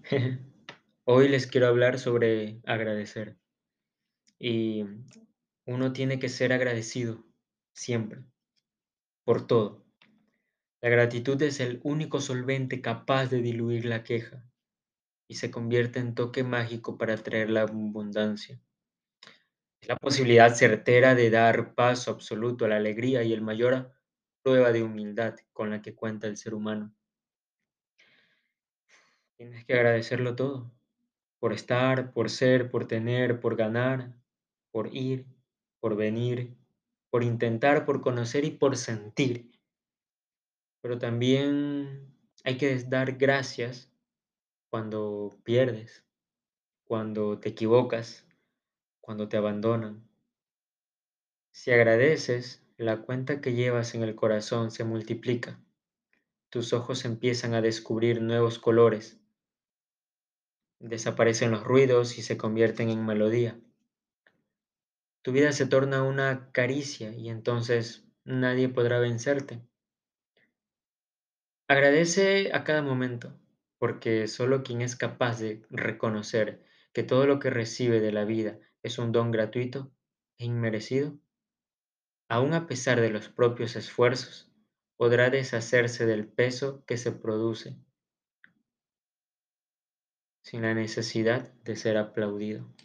Hoy les quiero hablar sobre agradecer y uno tiene que ser agradecido siempre por todo. La gratitud es el único solvente capaz de diluir la queja y se convierte en toque mágico para traer la abundancia. Es la posibilidad certera de dar paso absoluto a la alegría y el mayor prueba de humildad con la que cuenta el ser humano. Tienes que agradecerlo todo, por estar, por ser, por tener, por ganar, por ir, por venir, por intentar, por conocer y por sentir. Pero también hay que dar gracias cuando pierdes, cuando te equivocas, cuando te abandonan. Si agradeces, la cuenta que llevas en el corazón se multiplica. Tus ojos empiezan a descubrir nuevos colores, desaparecen los ruidos y se convierten en melodía. Tu vida se torna una caricia y entonces nadie podrá vencerte. Agradece a cada momento, porque solo quien es capaz de reconocer que todo lo que recibe de la vida es un don gratuito e inmerecido, aun a pesar de los propios esfuerzos, podrá deshacerse del peso que se produce sin la necesidad de ser aplaudido.